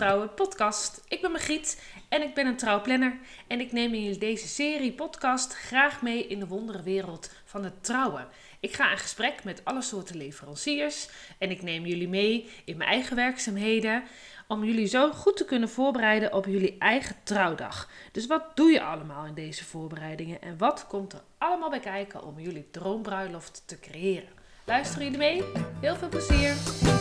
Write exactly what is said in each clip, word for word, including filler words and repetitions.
Trouwen podcast. Ik ben Margriet en ik ben een trouwplanner. En ik neem in deze serie podcast graag mee in de wonderenwereld van het trouwen. Ik ga in gesprek met alle soorten leveranciers. En ik neem jullie mee in mijn eigen werkzaamheden. Om jullie zo goed te kunnen voorbereiden op jullie eigen trouwdag. Dus wat doe je allemaal in deze voorbereidingen? En wat komt er allemaal bij kijken om jullie droombruiloft te creëren? Luisteren jullie mee? Heel veel plezier!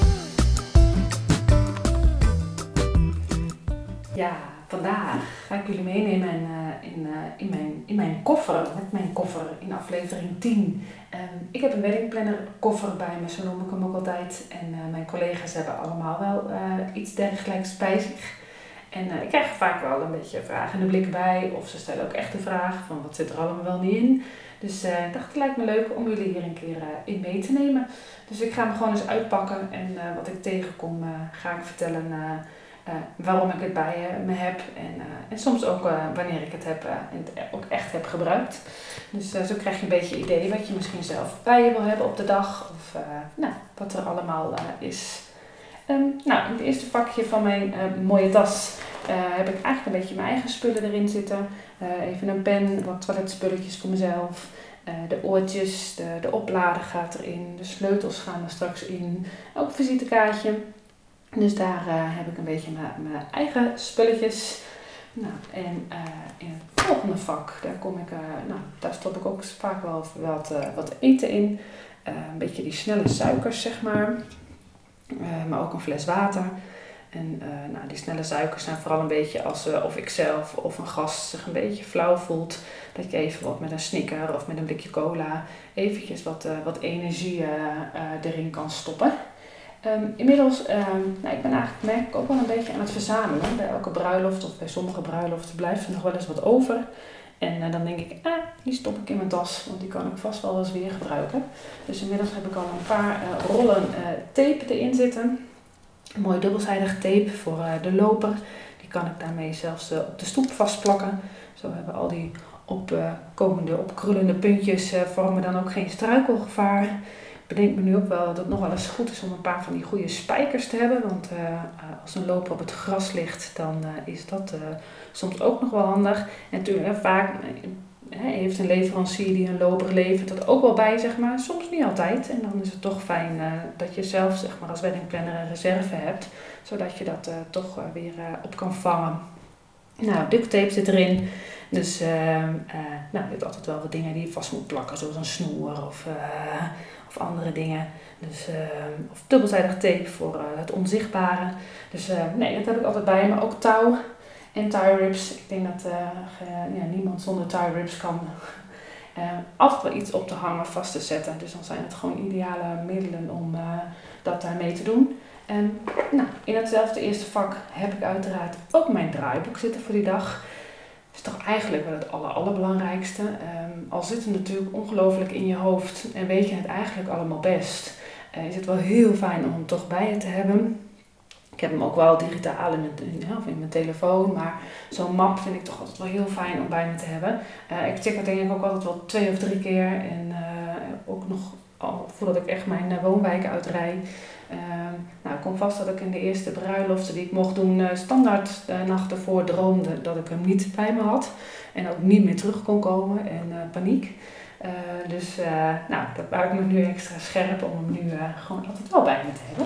Ja, vandaag ga ik jullie meenemen in, uh, in, uh, in, mijn, in mijn koffer, met mijn koffer in aflevering tien. Um, ik heb een weddingplanner koffer bij me, zo noem ik hem ook altijd. En uh, mijn collega's hebben allemaal wel uh, iets dergelijks bij zich. En uh, ik krijg vaak wel een beetje vragende blikken bij, of ze stellen ook echt de vraag van wat zit er allemaal wel niet in. Dus uh, ik dacht, het lijkt me leuk om jullie hier een keer uh, in mee te nemen. Dus ik ga hem gewoon eens uitpakken en uh, wat ik tegenkom uh, ga ik vertellen uh, uh, waarom ik het bij uh, me heb. En, uh, en soms ook uh, wanneer ik het heb uh, en het ook echt heb gebruikt. Dus uh, zo krijg je een beetje een idee wat je misschien zelf bij je wil hebben op de dag. Of uh, nou, wat er allemaal uh, is. Um, nou, in het eerste vakje van mijn uh, mooie tas uh, heb ik eigenlijk een beetje mijn eigen spullen erin zitten. Uh, even een pen, wat toiletspulletjes voor mezelf. Uh, de oortjes, de, de oplader gaat erin, de sleutels gaan er straks in. Ook een visitekaartje. Dus daar uh, heb ik een beetje mijn, mijn eigen spulletjes. Nou, en uh, in het volgende vak, daar kom ik, uh, nou, daar stop ik ook vaak wel wat, uh, wat eten in. Uh, een beetje die snelle suikers, zeg maar. Uh, maar ook een fles water. En uh, nou, die snelle suikers zijn vooral een beetje als uh, of ik zelf of een gast zich een beetje flauw voelt. Dat je even wat met een snicker of met een blikje cola eventjes wat, uh, wat energie uh, uh, erin kan stoppen. Um, inmiddels, um, nou, ik ben eigenlijk merk ik ook wel een beetje aan het verzamelen. Bij elke bruiloft of bij sommige bruiloften blijft er nog wel eens wat over. En uh, dan denk ik, ah, die stop ik in mijn tas, want die kan ik vast wel eens weer gebruiken. Dus inmiddels heb ik al een paar uh, rollen uh, tape erin zitten. Een mooi dubbelzijdige tape voor uh, de loper. Die kan ik daarmee zelfs uh, op de stoep vastplakken. Zo hebben al die opkomende, uh, opkrullende puntjes uh, vormen dan ook geen struikelgevaar. Ik bedenk me nu ook wel dat het nog wel eens goed is om een paar van die goede spijkers te hebben. Want uh, uh, als een loper op het gras ligt, dan uh, is dat uh, soms ook nog wel handig. En natuurlijk, uh, vaak uh, heeft een leverancier die een loper levert dat ook wel bij, zeg maar. Soms niet altijd. En dan is het toch fijn uh, dat je zelf, zeg maar, als weddingplanner een reserve hebt. Zodat je dat uh, toch uh, weer uh, op kan vangen. Nou, duct tape zit erin. Dus uh, uh, nou, je hebt altijd wel wat dingen die je vast moet plakken. Zoals een snoer of... Uh, Of andere dingen. Dus, uh, of dubbelzijdig tape voor uh, het onzichtbare. Dus uh, nee, dat heb ik altijd bij me. Ook touw en tie rips. Ik denk dat uh, ge, ja, niemand zonder tie rips kan. Uh, altijd wel iets op te hangen, vast te zetten. Dus dan zijn het gewoon ideale middelen om uh, dat daarmee te doen. En nou, in hetzelfde eerste vak heb ik uiteraard ook mijn draaiboek zitten voor die dag. Dat is toch eigenlijk wel het aller, allerbelangrijkste. Um, al zit het natuurlijk ongelooflijk in je hoofd en weet je het eigenlijk allemaal best. Uh, is het wel heel fijn om hem toch bij je te hebben. Ik heb hem ook wel digitaal in mijn, of in mijn telefoon, maar zo'n map vind ik toch altijd wel heel fijn om bij me te hebben. Uh, ik check het denk ik ook altijd wel twee of drie keer en uh, ook nog al voordat ik echt mijn uh, woonwijk uitrijd. Uh, nou, ik kom vast dat ik in de eerste bruiloften die ik mocht doen, uh, standaard de nacht ervoor droomde dat ik hem niet bij me had. En ook niet meer terug kon komen en uh, paniek. Uh, dus uh, nou, dat maakt me nu extra scherp om hem nu uh, gewoon altijd wel bij me te hebben.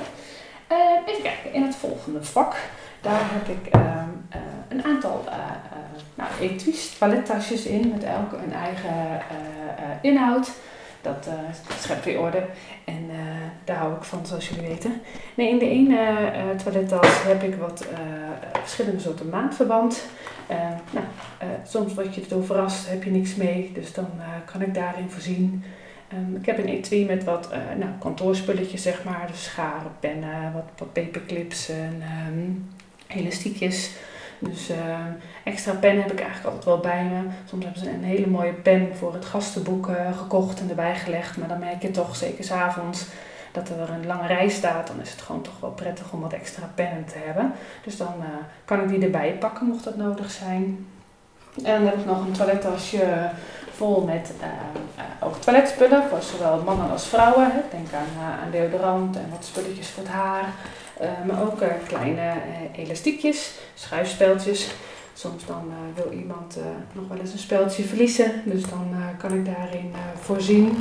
Uh, even kijken, in het volgende vak, daar heb ik uh, uh, een aantal uh, uh, nou, etuis, toilettasjes in met elke een eigen uh, uh, inhoud. Dat uh, schept weer orde en uh, daar hou ik van, zoals jullie weten. Nee, in de ene uh, toilettas heb ik wat uh, verschillende soorten maandverband. Uh, nou, uh, soms word je erdoor verrast, heb je niks mee, dus dan uh, kan ik daarin voorzien. Um, ik heb een etui met wat uh, nou, kantoorspulletjes, zeg maar. Dus scharen, pennen, wat, wat paperclips en um, elastiekjes. Dus uh, extra pen heb ik eigenlijk altijd wel bij me. Soms hebben ze een hele mooie pen voor het gastenboek uh, gekocht en erbij gelegd. Maar dan merk je toch, zeker 's avonds, dat er een lange rij staat. Dan is het gewoon toch wel prettig om wat extra pennen te hebben. Dus dan uh, kan ik die erbij pakken, mocht dat nodig zijn. En dan heb ik nog een toilettasje vol met uh, uh, ook toiletspullen voor zowel mannen als vrouwen. Denk aan, uh, aan deodorant en wat spulletjes voor het haar. Uh, maar ook uh, kleine uh, elastiekjes, schuifspeltjes. Soms dan uh, wil iemand uh, nog wel eens een speldje verliezen, dus dan uh, kan ik daarin uh, voorzien.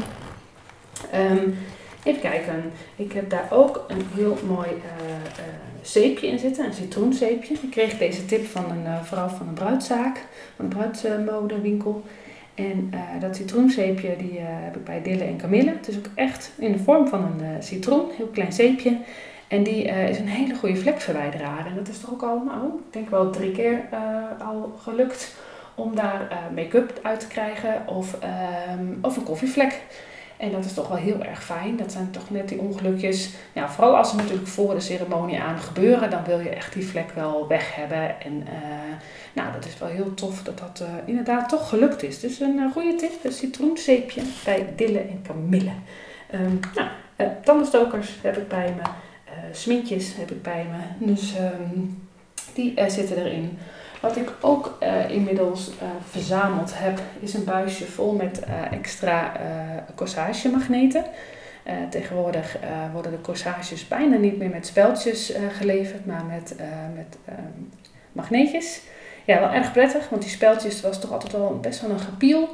Um, even kijken, ik heb daar ook een heel mooi uh, uh, zeepje in zitten, een citroenzeepje. Ik kreeg deze tip van een uh, vrouw van een bruidszaak, van een bruidsmodewinkel. En uh, dat citroenzeepje die, uh, heb ik bij Dille en Camille. Het is ook echt in de vorm van een uh, citroen, heel klein zeepje. En die uh, is een hele goede vlekverwijderaar. En dat is toch ook al, nou, ik denk wel drie keer uh, al gelukt om daar uh, make-up uit te krijgen of, um, of een koffievlek. En dat is toch wel heel erg fijn. Dat zijn toch net die ongelukjes. Ja, vooral als ze natuurlijk voor de ceremonie aan gebeuren, dan wil je echt die vlek wel weg hebben. En uh, nou, dat is wel heel tof dat dat uh, inderdaad toch gelukt is. Dus een uh, goede tip, een citroenzeepje bij Dille en Camille. Um, nou, uh, tandenstokers heb ik bij me. Uh, smintjes heb ik bij me. Dus um, die uh, zitten erin. Wat ik ook uh, inmiddels uh, verzameld heb, is een buisje vol met uh, extra uh, corsagemagneten. Uh, tegenwoordig uh, worden de corsages bijna niet meer met speldjes uh, geleverd, maar met, uh, met uh, magneetjes. Ja, wel erg prettig, want die speldjes was toch altijd wel best wel een gepiel.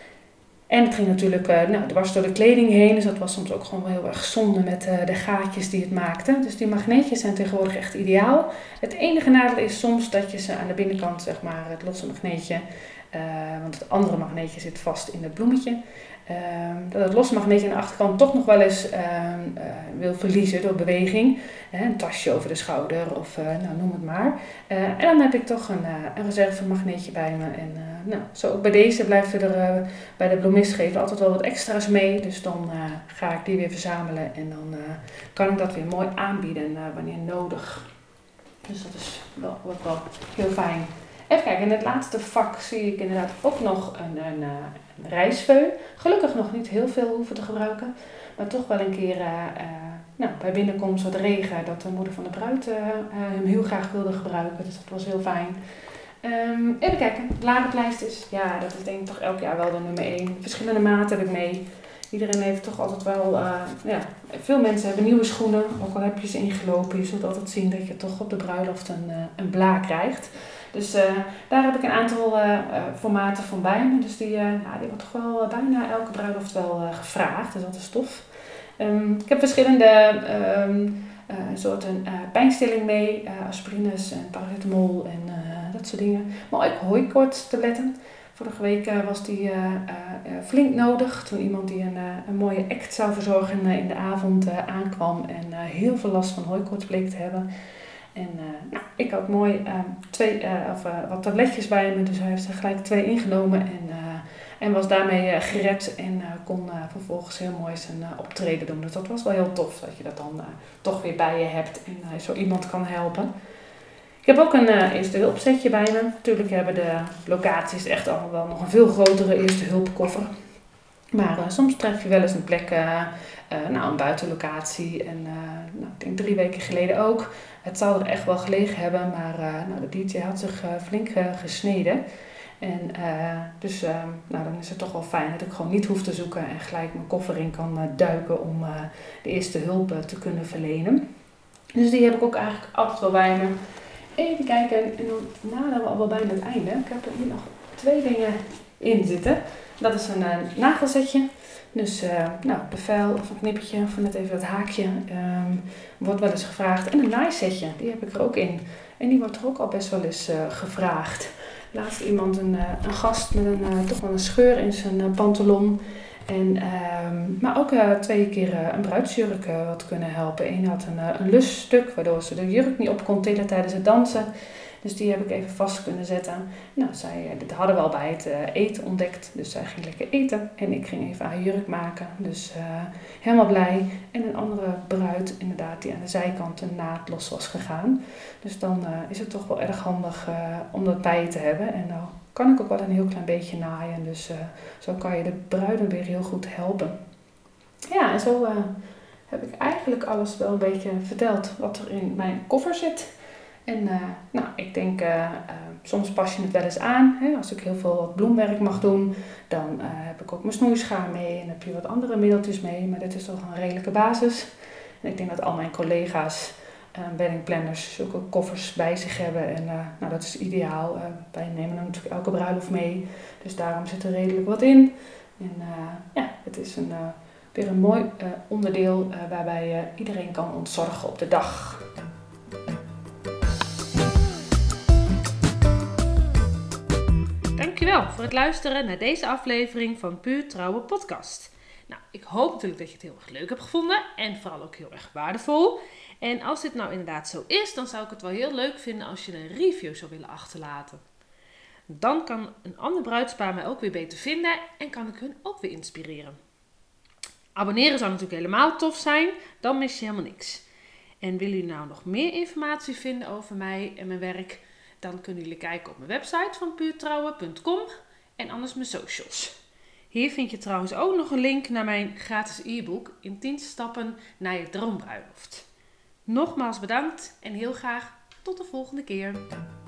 En het ging natuurlijk uh, nou, dwars door de kleding heen, dus dat was soms ook gewoon wel heel erg zonde met uh, de gaatjes die het maakten. Dus die magneetjes zijn tegenwoordig echt ideaal. Het enige nadeel is soms dat je ze aan de binnenkant, zeg maar, het losse magneetje, uh, want het andere magneetje zit vast in het bloemetje, uh, dat het losse magneetje aan de achterkant toch nog wel eens uh, uh, wil verliezen door beweging. Uh, een tasje over de schouder of uh, nou, noem het maar. Uh, en dan heb ik toch een, uh, een reservemagneetje bij me. En uh, nou, zo ook bij deze blijft er uh, bij de bloemist geven altijd wel wat extra's mee. Dus dan uh, ga ik die weer verzamelen en dan uh, kan ik dat weer mooi aanbieden uh, wanneer nodig. Dus dat is wel, wel, wel heel fijn. Even kijken, in het laatste vak zie ik inderdaad ook nog een, een, een reisveu. Gelukkig nog niet heel veel hoeven te gebruiken. Maar toch wel een keer uh, uh, nou, bij binnenkomst wat regen dat de moeder van de bruid uh, uh, hem heel graag wilde gebruiken. Dus dat was heel fijn. Um, even kijken, laderpleisters. Ja, dat is denk ik toch elk jaar wel de nummer één. Verschillende maten heb ik mee. Iedereen heeft toch altijd wel, uh, ja, veel mensen hebben nieuwe schoenen. Ook al heb je ze ingelopen, je zult altijd zien dat je toch op de bruiloft een, uh, een bla krijgt. Dus uh, daar heb ik een aantal uh, uh, formaten van bij me. Dus die, uh, nou, die wordt toch wel uh, bijna elke bruiloft wel uh, gevraagd. Dus dat is tof. Um, ik heb verschillende um, uh, soorten uh, pijnstilling mee. Uh, aspirines en paracetamol en uh, dat soort dingen. Maar ook hooikoortstabletten. Vorige week uh, was die uh, uh, flink nodig. Toen iemand die een, uh, een mooie act zou verzorgen uh, in de avond uh, aankwam. En uh, heel veel last van hooikoorts bleek te hebben. En uh, nou, ik had mooi uh, twee, uh, of, uh, wat tabletjes bij me, dus hij heeft er gelijk twee ingenomen en, uh, en was daarmee uh, gered en uh, kon uh, vervolgens heel mooi zijn uh, optreden doen. Dus dat was wel heel tof dat je dat dan uh, toch weer bij je hebt en uh, zo iemand kan helpen. Ik heb ook een uh, eerste hulp setje bij me. Natuurlijk hebben de locaties echt allemaal wel nog een veel grotere eerste hulpkoffer. Maar uh, soms tref je wel eens een plek, uh, uh, nou een buitenlocatie en uh, nou, ik denk drie weken geleden ook. Het zou er echt wel gelegen hebben, maar uh, nou, de D J had zich uh, flink uh, gesneden. En uh, dus uh, nou, dan is het toch wel fijn dat ik gewoon niet hoef te zoeken en gelijk mijn koffer in kan uh, duiken om uh, de eerste hulp uh, te kunnen verlenen. Dus die heb ik ook eigenlijk altijd wel bij me. Even kijken, en dan naderen we al wel bijna het einde. Ik heb er hier nog twee dingen in zitten. Dat is een uh, nagelsetje. Dus uh, nou, de vijl of een knippertje, of net even dat haakje, um, wordt wel eens gevraagd. En een naaisetje, die heb ik er ook in. En die wordt er ook al best wel eens uh, gevraagd. Laatst iemand, een, uh, een gast met een, uh, toch wel een scheur in zijn uh, pantalon. En, um, maar ook uh, twee keer uh, een bruidsjurk uh, wat kunnen helpen. Eén had een, uh, een lusstuk, waardoor ze de jurk niet op kon tillen tijdens het dansen. Dus die heb ik even vast kunnen zetten. Nou, zij, dit hadden we al bij het uh, eten ontdekt. Dus zij ging lekker eten. En ik ging even haar jurk maken. Dus uh, helemaal blij. En een andere bruid, inderdaad, die aan de zijkant de naad los was gegaan. Dus dan uh, is het toch wel erg handig uh, om dat bij je te hebben. En nou kan ik ook wel een heel klein beetje naaien. Dus uh, zo kan je de bruiden weer heel goed helpen. Ja, en zo uh, heb ik eigenlijk alles wel een beetje verteld wat er in mijn koffer zit. En uh, nou, ik denk, uh, uh, soms pas je het wel eens aan. Hè? Als ik heel veel bloemwerk mag doen, dan uh, heb ik ook mijn snoeischaar mee en heb je wat andere middeltjes mee. Maar dit is toch een redelijke basis. En ik denk dat al mijn collega's uh, weddingplanners zulke koffers bij zich hebben. En uh, nou, dat is ideaal. Uh, wij nemen dan natuurlijk elke bruiloft mee. Dus daarom zit er redelijk wat in. En uh, ja, het is een, uh, weer een mooi uh, onderdeel uh, waarbij uh, iedereen kan ontzorgen op de dag. Dankjewel voor het luisteren naar deze aflevering van Puur Trouwen podcast. Nou, ik hoop natuurlijk dat je het heel erg leuk hebt gevonden en vooral ook heel erg waardevol. En als dit nou inderdaad zo is, dan zou ik het wel heel leuk vinden als je een review zou willen achterlaten. Dan kan een ander bruidspaar mij ook weer beter vinden en kan ik hun ook weer inspireren. Abonneren zou natuurlijk helemaal tof zijn, dan mis je helemaal niks. En willen jullie nou nog meer informatie vinden over mij en mijn werk, dan kunnen jullie kijken op mijn website van puurtrouwen punt com en anders mijn socials. Hier vind je trouwens ook nog een link naar mijn gratis e-book in tien stappen naar je droombruiloft. Nogmaals bedankt en heel graag tot de volgende keer.